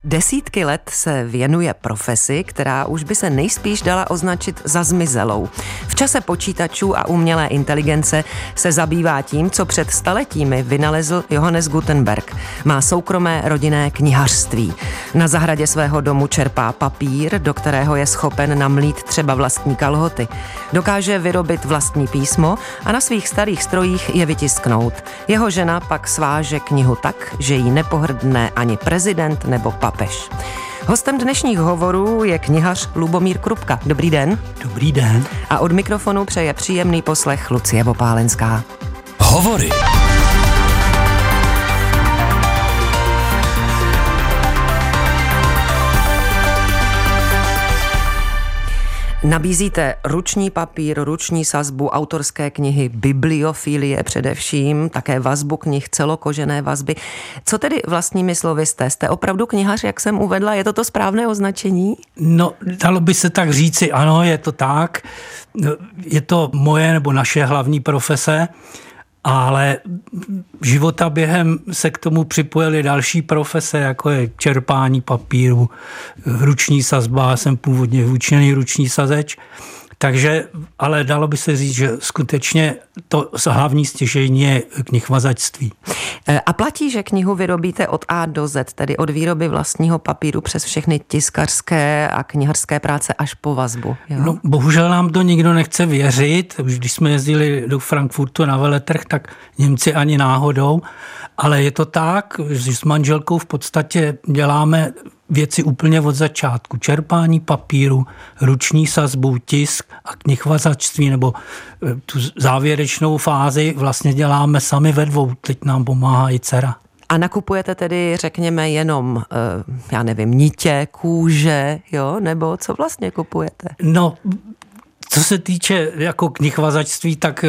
Desítky let se věnuje profesi, která už by se nejspíš dala označit za zmizelou. V čase počítačů a umělé inteligence se zabývá tím, co před staletími vynalezl Johannes Gutenberg. Má soukromé rodinné knihařství. Na zahradě svého domu čerpá papír, do kterého je schopen namlít třeba vlastní kalhoty. Dokáže vyrobit vlastní písmo a na svých starých strojích je vytisknout. Jeho žena pak sváže knihu tak, že jí nepohrdne ani prezident nebo papež. Hostem dnešních hovorů je knihař Lubomír Krupka. Dobrý den. Dobrý den. A od mikrofonu přeje příjemný poslech Lucie Vopálenská. Hovory. Nabízíte ruční papír, ruční sazbu, autorské knihy, bibliofilie především, také vazbu knih, celokožené vazby. Co tedy vlastními slovy jste? Jste opravdu knihař, jak jsem uvedla? Je to správné označení? No, dalo by se tak říci, ano, je to tak. Je to moje nebo naše hlavní profese, ale života během se k tomu připojily další profese, jako je čerpání papíru, ruční sazba, jsem původně vyučený ruční sazeč, takže, ale dalo by se říct, že skutečně to hlavní stěžejní je knihvazačství. A platí, že knihu vyrobíte od A do Z, tedy od výroby vlastního papíru přes všechny tiskařské a knihařské práce až po vazbu? Jo? No, bohužel nám to nikdo nechce věřit. Už když jsme jezdili do Frankfurtu na veletrh, tak Němci ani náhodou. Ale je to tak, že s manželkou v podstatě děláme věci úplně od začátku. Čerpání papíru, ruční sazbu, tisk a knihvazačství nebo tu závěrečnou fázi vlastně děláme sami ve dvou. Teď nám pomáhá i dcera. A nakupujete tedy, řekněme, jenom, já nevím, nitě, kůže, jo? Nebo co vlastně kupujete? No, co se týče jako knihvazačství, tak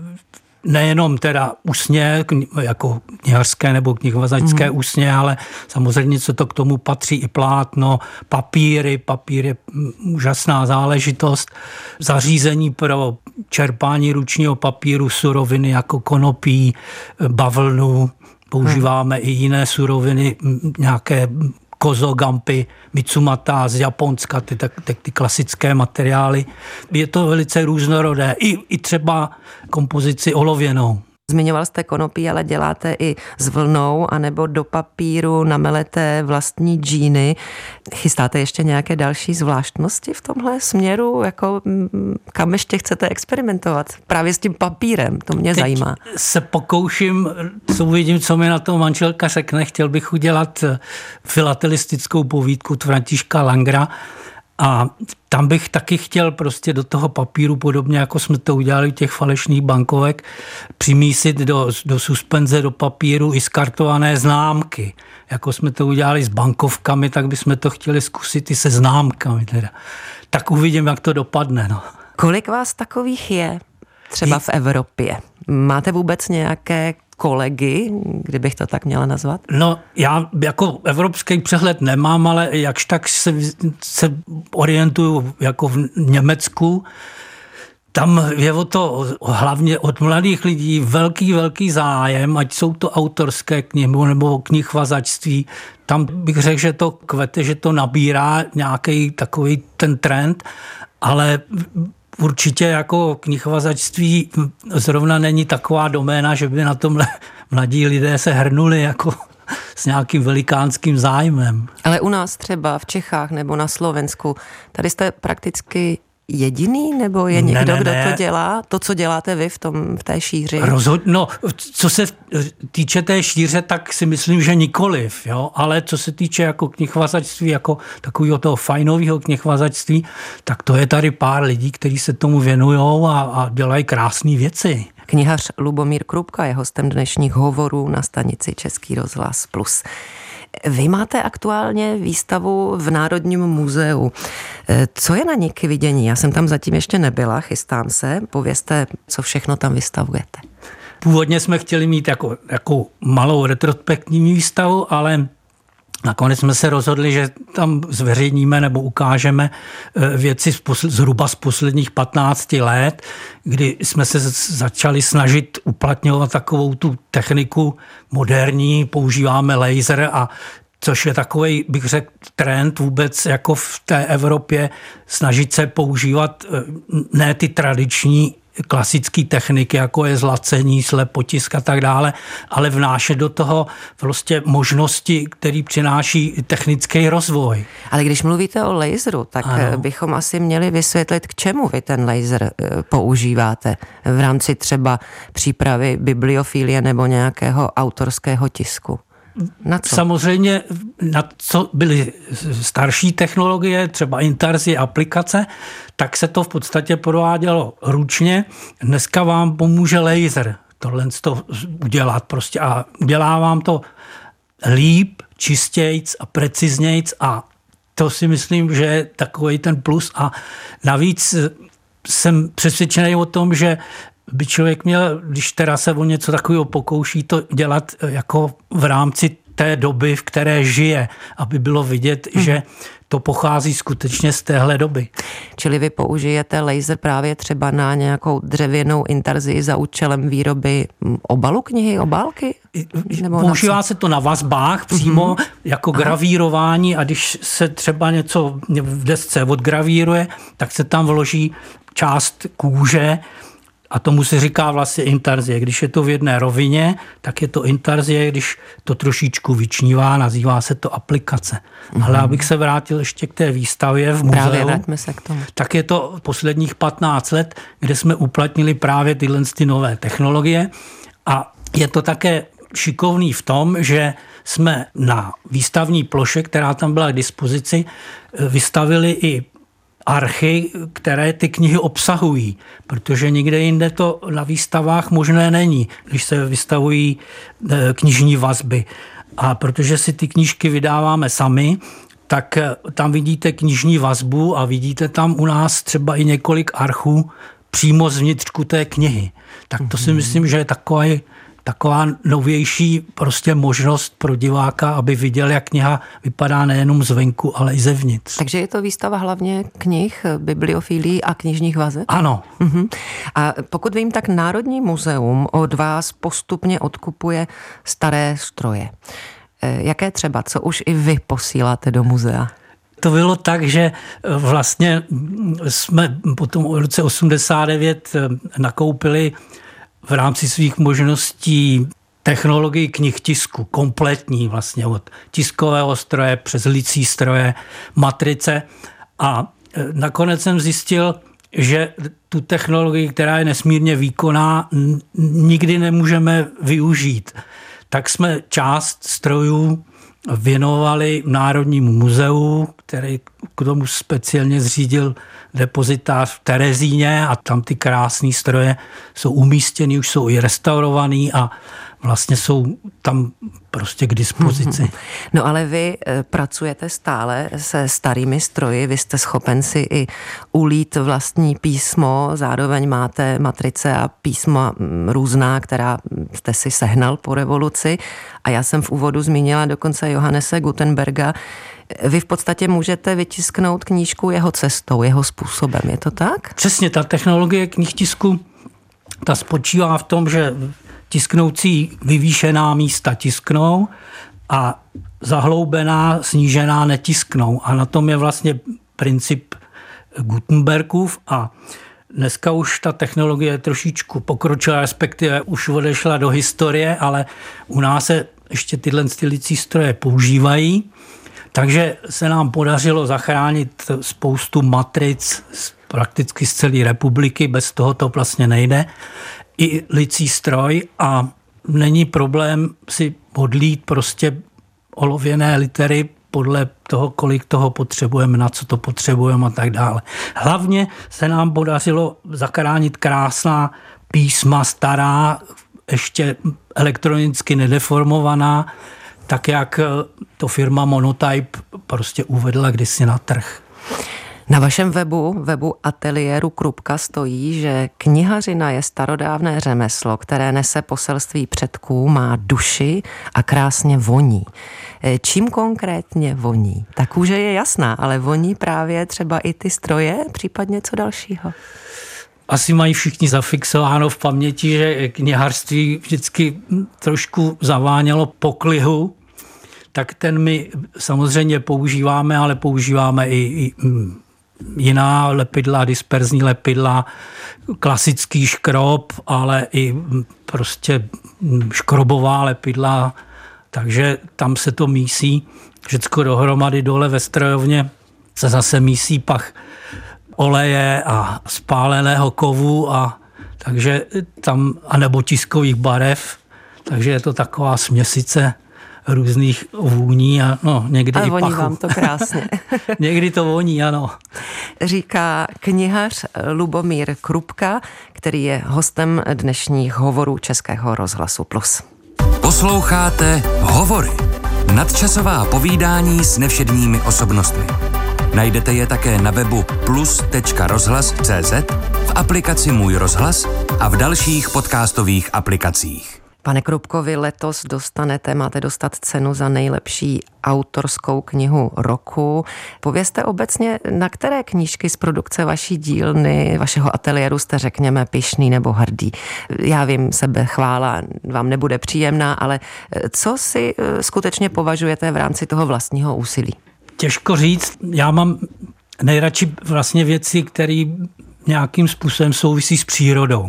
nejenom teda úsně, jako knihařské nebo knihvazačské úsně, ale samozřejmě, co to k tomu patří, i plátno, papír je úžasná záležitost, zařízení pro čerpání ručního papíru, suroviny jako konopí, bavlnu, používáme i jiné suroviny, nějaké kozo, gampy, mitsumata z Japonska, ty klasické materiály. Je to velice různorodé. I třeba kompozici olověnou. Zmiňoval jste konopí, ale děláte i s vlnou, anebo do papíru namelete vlastní džíny. Chystáte ještě nějaké další zvláštnosti v tomhle směru? Jako, kam ještě chcete experimentovat? Právě s tím papírem, to mě zajímá. Se pokouším, co uvidím, co mi na to manželka řekne. Chtěl bych udělat filatelistickou povídku od Františka Langra. A tam bych taky chtěl prostě do toho papíru, podobně jako jsme to udělali u těch falešných bankovek, přimísit do suspenze, do papíru i skartované známky. Jako jsme to udělali s bankovkami, tak bychom to chtěli zkusit i se známkami. Teda. Tak uvidím, jak to dopadne. No. Kolik vás takových je třeba v Evropě? Máte vůbec nějaké kolegy, kdybych to tak měla nazvat? No, já jako evropský přehled nemám, ale jakž tak se orientuju jako v Německu. Tam je o to hlavně od mladých lidí velký zájem, ať jsou to autorské knihy nebo knihvazačství. Tam bych řekl, že to kvete, že to nabírá nějaký takový ten trend, ale určitě jako knihvazačství zrovna není taková doména, že by na tomhle mladí lidé se hrnuli jako s nějakým velikánským zájmem. Ale u nás třeba v Čechách nebo na Slovensku, tady jste prakticky jediný, nebo je někdo, kdo to dělá? To, co děláte vy v té šíři? No, co se týče té šíře, tak si myslím, že nikoliv, jo? Ale co se týče jako knihvazačství, jako takového toho fajnového knihvazačství, tak to je tady pár lidí, kteří se tomu věnujou a dělají krásné věci. Knihař Lubomír Krupka je hostem dnešních hovorů na stanici Český rozhlas Plus. Vy máte aktuálně výstavu v Národním muzeu. Co je na ní k vidění? Já jsem tam zatím ještě nebyla, chystám se. Povězte, co všechno tam vystavujete. Původně jsme chtěli mít jako malou retrospektivní výstavu, ale nakonec jsme se rozhodli, že tam zveřejníme nebo ukážeme věci zhruba z posledních 15 let, kdy jsme se začali snažit uplatňovat takovou tu techniku moderní, používáme laser a což je takovej, bych řekl, trend vůbec jako v té Evropě snažit se používat ne ty tradiční klasické techniky, jako je zlacení, slepotisk a tak dále, ale vnášet do toho prostě možnosti, které přináší technický rozvoj. Ale když mluvíte o laseru, tak bychom asi měli vysvětlit, k čemu vy ten laser používáte v rámci třeba přípravy bibliofilie nebo nějakého autorského tisku. Na co? Samozřejmě, na co byly starší technologie, třeba intarzie, aplikace, tak se to v podstatě provádělo ručně. Dneska vám pomůže laser tohle udělat prostě a udělá vám to líp, čistějc a preciznějc a to si myslím, že je takový ten plus a navíc jsem přesvědčený o tom, že by člověk měl, když teda se o něco takového pokouší, to dělat jako v rámci té doby, v které žije, aby bylo vidět, že to pochází skutečně z téhle doby. Čili vy použijete laser právě třeba na nějakou dřevěnou intarzii za účelem výroby obalu knihy, obálky? Používá se to na vazbách přímo jako gravírování a když se třeba něco v desce odgravíruje, tak se tam vloží část kůže a tomu se říká vlastně intarzie. Když je to v jedné rovině, tak je to intarzie, když to trošičku vyčnívá, nazývá se to aplikace. Ale abych se vrátil ještě k té výstavě v muzeu, právě vraťme se k tomu. Tak je to posledních 15 let, kde jsme uplatnili právě tyhle nové technologie a je to také šikovný v tom, že jsme na výstavní ploše, která tam byla k dispozici, vystavili i archy, které ty knihy obsahují, protože nikde jinde to na výstavách možné není, když se vystavují knižní vazby. A protože si ty knížky vydáváme sami, tak tam vidíte knižní vazbu a vidíte tam u nás třeba i několik archů přímo z vnitřku té knihy. Tak to si myslím, že je taková novější prostě možnost pro diváka, aby viděl, jak kniha vypadá nejenom zvenku, ale i zevnitř. Takže je to výstava hlavně knih, bibliofilií a knižních vazeb? Ano. A pokud vím, tak Národní muzeum od vás postupně odkupuje staré stroje. Jaké třeba, co už i vy posíláte do muzea? To bylo tak, že vlastně jsme potom v roce 89 nakoupili v rámci svých možností technologii knihtisku, kompletní vlastně od tiskového stroje přes licí stroje, matrice a nakonec jsem zjistil, že tu technologii, která je nesmírně výkonná, nikdy nemůžeme využít. Tak jsme část strojů věnovali Národnímu muzeu, který k tomu speciálně zřídil depozitář v Terezíně a tam ty krásné stroje jsou umístěny, už jsou i restaurovaný a vlastně jsou tam prostě k dispozici. No ale vy pracujete stále se starými stroji, vy jste schopen si i ulít vlastní písmo, zároveň máte matrice a písma různá, která jste si sehnal po revoluci a já jsem v úvodu zmínila dokonce Johannese Gutenberga. Vy v podstatě můžete vytisknout knížku jeho cestou, jeho způsobem, je to tak? Přesně, ta technologie knihtisku, ta spočívá v tom, že tisknoucí vyvýšená místa tisknou a zahloubená, snížená netisknou. A na tom je vlastně princip Gutenbergův a dneska už ta technologie trošičku pokročila, respektive už odešla do historie, ale u nás se ještě tyhle licí stroje používají. Takže se nám podařilo zachránit spoustu matric prakticky z celé republiky, bez toho to vlastně nejde. I licí stroj a není problém si odlít prostě olověné litery podle toho, kolik toho potřebujeme, na co to potřebujeme a tak dále. Hlavně se nám podařilo zachránit krásná písma, stará, ještě elektronicky nedeformovaná, tak jak to firma Monotype prostě uvedla kdysi na trh. Na vašem webu ateliéru Krupka stojí, že knihařina je starodávné řemeslo, které nese poselství předků, má duši a krásně voní. Čím konkrétně voní? Ta kůže je jasná, ale voní právě třeba i ty stroje, případně co dalšího? Asi mají všichni zafixováno v paměti, že knihařství vždycky trošku zavánělo poklihu, tak ten my samozřejmě používáme, ale používáme i jiná lepidla, disperzní lepidla, klasický škrob, ale i prostě škrobová lepidla, takže tam se to mísí všecko dohromady. Dole ve strojovně se zase mísí pach oleje a spáleného kovu, a takže tam, anebo tiskových barev, takže je to taková směsice různých vůní a někdy i pachu. Ale voní vám to krásně. Někdy to voní, ano. Říká knihař Lubomír Krupka, který je hostem dnešních hovorů Českého rozhlasu Plus. Posloucháte Hovory. Nadčasová povídání s nevšedními osobnostmi. Najdete je také na webu plus.rozhlas.cz, v aplikaci Můj rozhlas a v dalších podcastových aplikacích. Pane Krupko, vy letos máte dostat cenu za nejlepší autorskou knihu roku. Povězte obecně, na které knížky z produkce vaší dílny, vašeho ateliéru jste, řekněme, pyšný nebo hrdý. Já vím, sebechvála vám nebude příjemná, ale co si skutečně považujete v rámci toho vlastního úsilí? Těžko říct. Já mám nejradši vlastně věci, které nějakým způsobem souvisí s přírodou.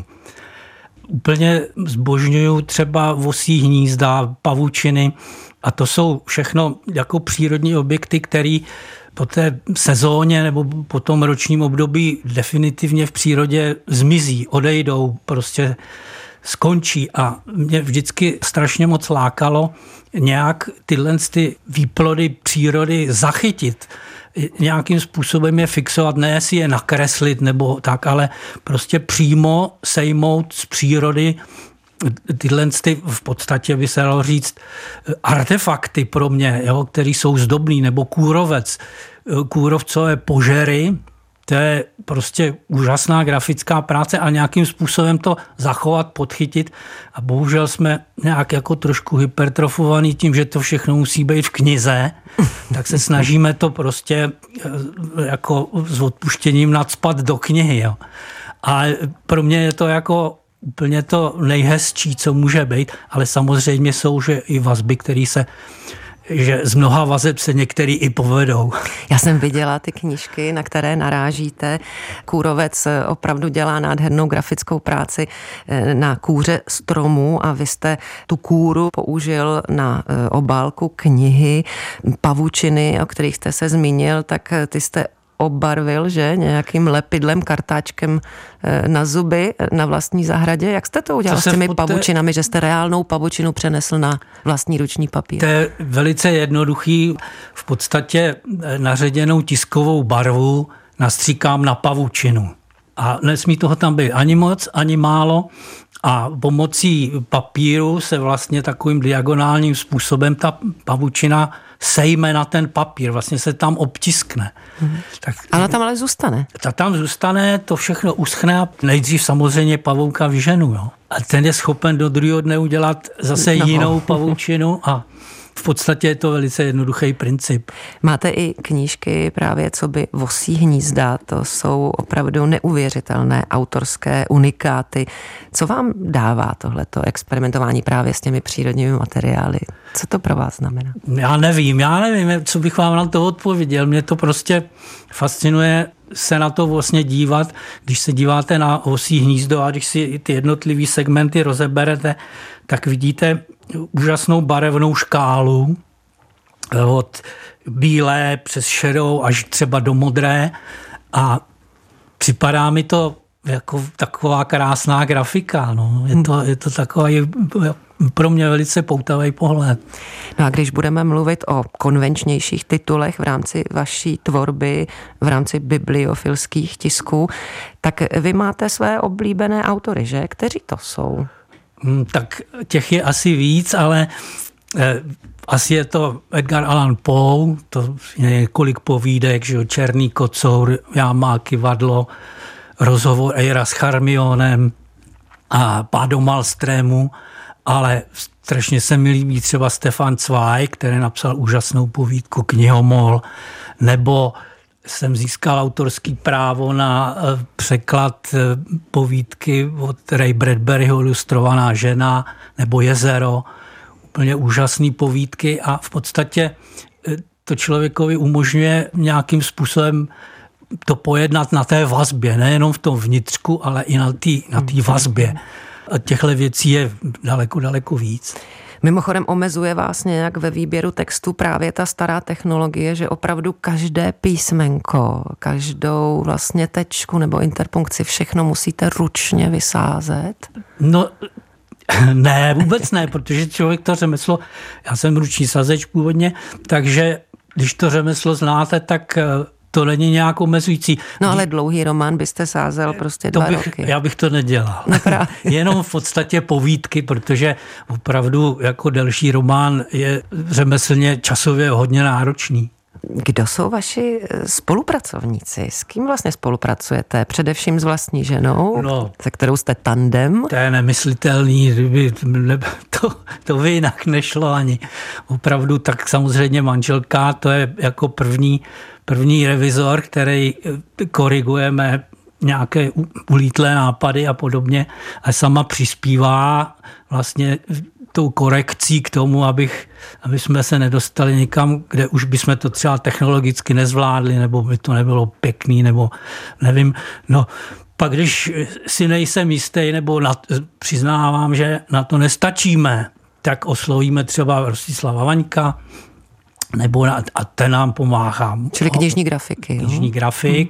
Úplně zbožňuju třeba vosí hnízda, pavučiny, a to jsou všechno jako přírodní objekty, které po té sezóně nebo po tom ročním období definitivně v přírodě zmizí, odejdou, prostě skončí, a mě vždycky strašně moc lákalo nějak tyhle výplody přírody zachytit, nějakým způsobem je fixovat, ne si je nakreslit nebo tak, ale prostě přímo sejmout z přírody tyhle v podstatě by se dalo říct artefakty pro mě, které jsou zdobný, nebo kůrovec. Kůrovcové požery, to je prostě úžasná grafická práce a nějakým způsobem to zachovat, podchytit, a bohužel jsme nějak jako trošku hypertrofovaný tím, že to všechno musí být v knize, tak se snažíme to prostě jako s odpuštěním nacpat do knihy. Jo. A pro mě je to jako úplně to nejhezčí, co může být, ale samozřejmě jsou že i vazby, že z mnoha vazeb se některý i povedou. Já jsem viděla ty knížky, na které narážíte. Kůrovec opravdu dělá nádhernou grafickou práci na kůře stromů a vy jste tu kůru použil na obálku knihy. Pavučiny, o kterých jste se zmínil, tak ty jste obarvil, že? Nějakým lepidlem, kartáčkem na zuby na vlastní zahradě. Jak jste to udělal s těmi pavučinami, že jste reálnou pavučinu přenesl na vlastní ruční papír? To je velice jednoduchý. V podstatě naředěnou tiskovou barvu nastříkám na pavučinu. A nesmí toho tam být ani moc, ani málo. A pomocí papíru se vlastně takovým diagonálním způsobem ta pavučina sejme na ten papír, vlastně se tam obtiskne. Tak, ale tam ale zůstane. Ta tam zůstane, to všechno uschne a nejdřív samozřejmě pavouka vyženu. Jo. A ten je schopen do druhého dne udělat zase jinou pavučinu a v podstatě je to velice jednoduchý princip. Máte i knížky právě co by vosí hnízda, to jsou opravdu neuvěřitelné autorské unikáty. Co vám dává tohleto experimentování právě s těmi přírodními materiály? Co to pro vás znamená? Já nevím, co bych vám na to odpověděl. Mě to prostě fascinuje se na to vlastně dívat, když se díváte na vosí hnízdo a když si ty jednotlivý segmenty rozeberete, tak vidíte úžasnou barevnou škálu od bílé přes šedou až třeba do modré a připadá mi to jako taková krásná grafika. No. Je to takový pro mě velice poutavý pohled. No a když budeme mluvit o konvenčnějších titulech v rámci vaší tvorby, v rámci bibliofilských tisků, tak vy máte své oblíbené autory, že? Kteří to jsou? Tak těch je asi víc, ale asi je to Edgar Allan Poe, to je několik povídek, že Černý kocour, Jáma kyvadlo, Rozhovor Eira s Charmionem a Pád do Malstrému, ale strašně se mi líbí třeba Stefan Zweig, který napsal úžasnou povídku Knihomol, nebo jsem získal autorský právo na překlad povídky od Ray Bradburyho Ilustrovaná žena nebo Jezero. úplně úžasné povídky a v podstatě to člověkovi umožňuje nějakým způsobem to pojednat na té vazbě, nejenom v tom vnitřku, ale i na té vazbě. A těchto věcí je daleko víc. Mimochodem omezuje vás nějak ve výběru textu právě ta stará technologie, že opravdu každé písmenko, každou vlastně tečku nebo interpunkci, všechno musíte ručně vysázet? No, ne, vůbec ne, protože člověk to řemeslo, já jsem ruční sazeč původně, takže když to řemeslo znáte, tak to není nějak omezující. No ale dlouhý román byste sázel prostě 2 roky. Já bych to nedělal. No, jenom v podstatě povídky, protože opravdu jako delší román je řemeslně časově hodně náročný. Kdo jsou vaši spolupracovníci? S kým vlastně spolupracujete? Především s vlastní ženou, se kterou jste tandem? To je nemyslitelný, to by jinak nešlo ani. Opravdu tak samozřejmě manželka, to je jako první revizor, který korigujeme nějaké ulítlé nápady a podobně a sama přispívá vlastně tou korekcí k tomu, aby jsme se nedostali někam, kde už bychom to třeba technologicky nezvládli, nebo by to nebylo pěkný, nebo nevím. No, pak když si nejsem jistý, nebo přiznávám, že na to nestačíme, tak oslovíme třeba Rostislava Vaňka, nebo a ten nám pomáhá. Čili knižní grafiky. Knižní grafik.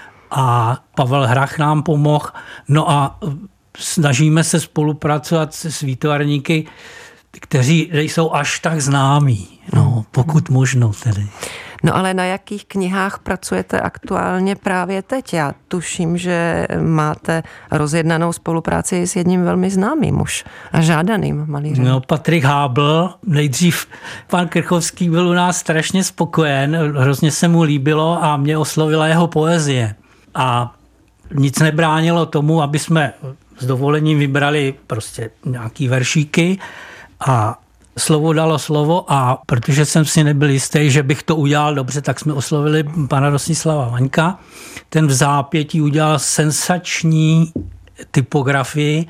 A Pavel Hrach nám pomohl. No a snažíme se spolupracovat s výtvarníky, kteří nejsou až tak známí. No, pokud možno tedy. No ale na jakých knihách pracujete aktuálně právě teď? Já tuším, že máte rozjednanou spolupráci s jedním velmi známým už a žádaným malířem. No, Patrik Hábl. Nejdřív pan Krchovský byl u nás strašně spokojen, hrozně se mu líbilo a mě oslovila jeho poezie. A nic nebránilo tomu, aby jsme s dovolením vybrali prostě nějaký veršíky a slovo dalo slovo a protože jsem si nebyl jistý, že bych to udělal dobře, tak jsme oslovili pana Rostislava Vaňka. Ten v zápětí udělal sensační typografii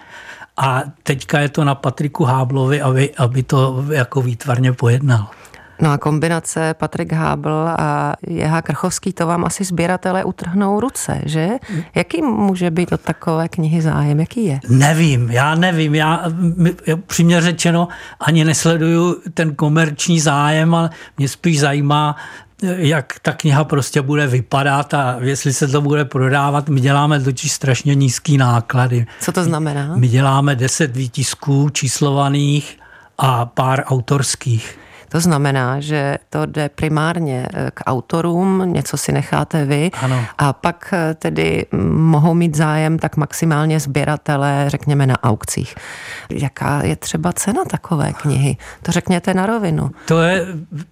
a teďka je to na Patriku Háblovi, aby to jako výtvarně pojednal. No a kombinace Patrik Hábl a J.H. Krchovský, to vám asi sběratelé utrhnou ruce, že? Jaký může být od takové knihy zájem? Jaký je? Já nevím. Já přímě řečeno ani nesleduju ten komerční zájem, ale mě spíš zajímá, jak ta kniha prostě bude vypadat a jestli se to bude prodávat. My děláme totiž strašně nízký náklady. Co to znamená? My děláme 10 výtisků číslovaných a pár autorských. To znamená, že to jde primárně k autorům, něco si necháte vy, ano. A pak tedy mohou mít zájem tak maximálně sběratelé, řekněme na aukcích. Jaká je třeba cena takové knihy? To řekněte na rovinu. To je,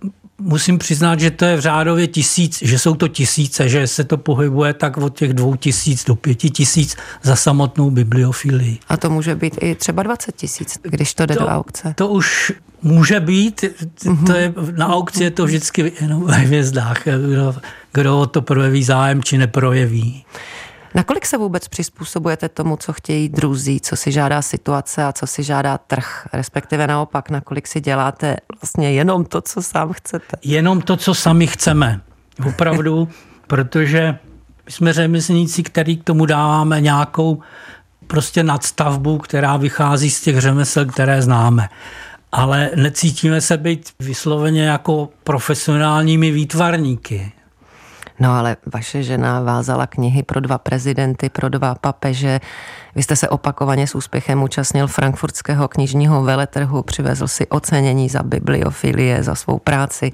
musím přiznat, že to je v řádově 1000, že jsou to tisíce, že se to pohybuje tak od těch 2000 do 5000 za samotnou bibliofilii. A to může být i třeba 20 000, když to jde do aukce. To už může být, to je, na aukci je to vždycky jenom ve hvězdách, kdo to projeví zájem či neprojeví. Nakolik se vůbec přizpůsobujete tomu, co chtějí druzí, co si žádá situace a co si žádá trh? Respektive naopak, nakolik si děláte vlastně jenom to, co sám chcete? Jenom to, co sami chceme. Opravdu, protože my jsme řemeslníci, který k tomu dáváme nějakou prostě nadstavbu, která vychází z těch řemesel, které známe. Ale necítíme se být vysloveně jako profesionálními výtvarníky. No ale vaše žena vázala knihy pro 2 prezidenty, pro 2 papeže. Vy jste se opakovaně s úspěchem účastnil frankfurtského knižního veletrhu, přivezl si ocenění za bibliofilie, za svou práci.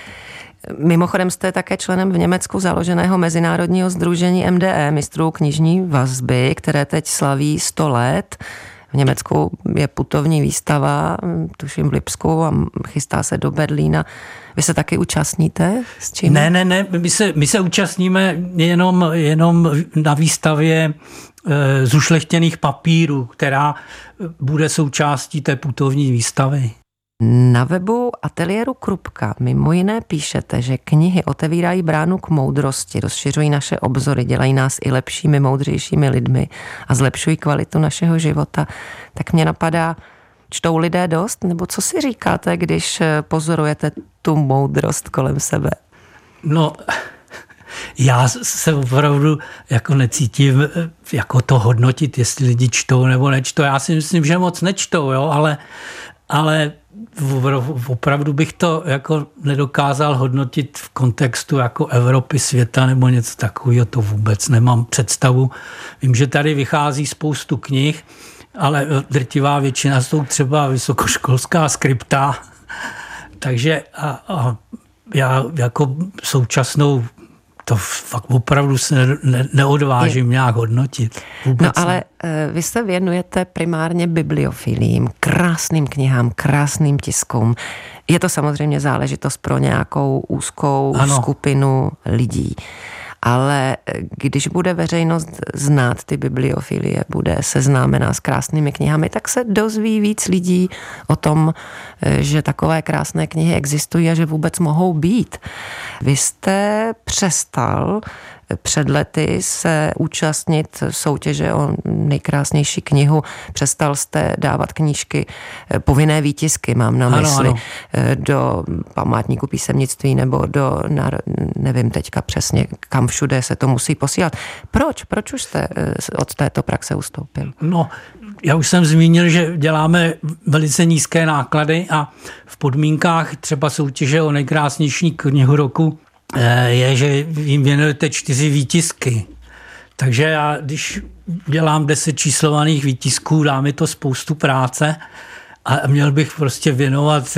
Mimochodem jste také členem v Německu založeného mezinárodního sdružení MDE, mistrů knižní vazby, které teď slaví 100 let. V Německu je putovní výstava, tuším v Lipsku a chystá se do Berlína. Vy se taky účastníte? S čím? Ne. My se účastníme jenom na výstavě zušlechtěných papírů, která bude součástí té putovní výstavy. Na webu ateliéru Krupka mimo jiné píšete, že knihy otevírají bránu k moudrosti, rozšiřují naše obzory, dělají nás i lepšími, moudřejšími lidmi a zlepšují kvalitu našeho života. Tak mě napadá, Čtou lidé dost? Nebo co si říkáte, když pozorujete tu moudrost kolem sebe? No, já se opravdu jako necítím jako to hodnotit, jestli lidi čtou nebo nečtou. Já si myslím, že moc nečtou, jo, ale opravdu bych to jako nedokázal hodnotit v kontextu jako Evropy, světa nebo něco takového, to vůbec nemám představu. Vím, že tady vychází spoustu knih, ale drtivá většina jsou třeba vysokoškolská skripta, takže a já jako současnou to fakt opravdu se neodvážím nějak hodnotit. Vůbec no ale vy se věnujete primárně bibliofilím, krásným knihám, krásným tiskům. Je to samozřejmě záležitost pro nějakou úzkou skupinu lidí. Ale když bude veřejnost znát ty bibliofilie, bude seznámená s krásnými knihami, tak se dozví víc lidí o tom, že takové krásné knihy existují a že vůbec mohou být. Vy jste přestal před lety se účastnit soutěže o nejkrásnější knihu. Přestal jste dávat knížky, povinné výtisky, mám na mysli, do památníku písemnictví nebo do, nevím teďka přesně, kam všude se to musí posílat. Proč už jste od této praxe ustoupil? No, já už jsem zmínil, že děláme velice nízké náklady a v podmínkách třeba soutěže o nejkrásnější knihu roku je, že jim věnujete 4 výtisky. Takže já, když dělám 10 číslovaných výtisků, dá mi to spoustu práce a měl bych prostě věnovat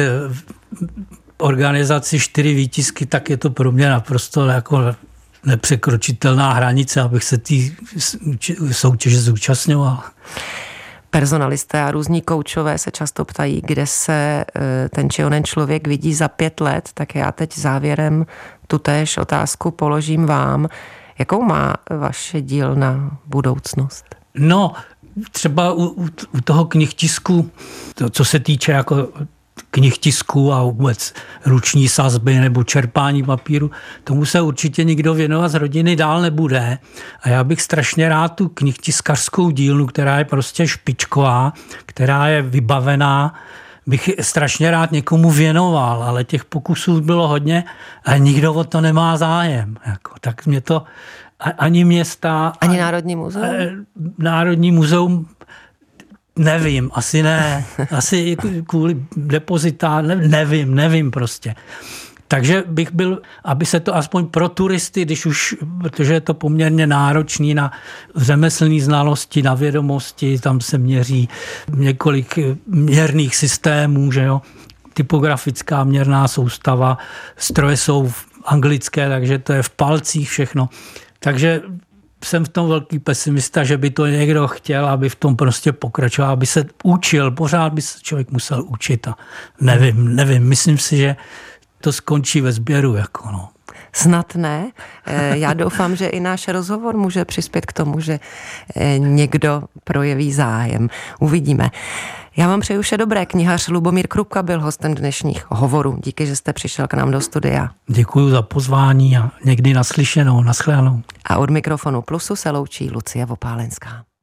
organizaci 4 výtisky, tak je to pro mě naprosto jako nepřekročitelná hranice, abych se té soutěže zúčastňoval. Personalisté a různí koučové se často ptají, kde se ten či onen člověk vidí za 5 let, tak já teď závěrem tutéž otázku položím vám. Jakou má vaše dílna budoucnost? No, třeba u toho knihtisku, to, co se týče jako knihtisku a vůbec ruční sazby nebo čerpání papíru, tomu se určitě nikdo věnovat z rodiny dál nebude. A já bych strašně rád tu knihtiskařskou dílnu, která je prostě špičková, která je vybavená, bych strašně rád někomu věnoval, ale těch pokusů bylo hodně a nikdo o to nemá zájem. Jako, tak mě to ani města... Ani Národní muzeum? Národní muzeum nevím, asi ne. Asi kvůli depozitá, nevím prostě. Takže bych byl, aby se to aspoň pro turisty, když už, protože je to poměrně náročný na řemeslné znalosti, na vědomosti, tam se měří několik měrných systémů, že jo, typografická měrná soustava, stroje jsou anglické, takže to je v palcích všechno. Takže jsem v tom velký pesimista, že by to někdo chtěl, aby v tom prostě pokračoval, aby se učil, pořád by se člověk musel učit a nevím, myslím si, že to skončí ve sběru, jako no. Snad ne. Já doufám, že i náš rozhovor může přispět k tomu, že někdo projeví zájem. Uvidíme. Já vám přeju vše dobré. Knihař Lubomír Krupka byl hostem dnešních hovorů. Díky, že jste přišel k nám do studia. Děkuji za pozvání a někdy naslyšenou, nashledanou. A od mikrofonu Plusu se loučí Lucie Vopálenská.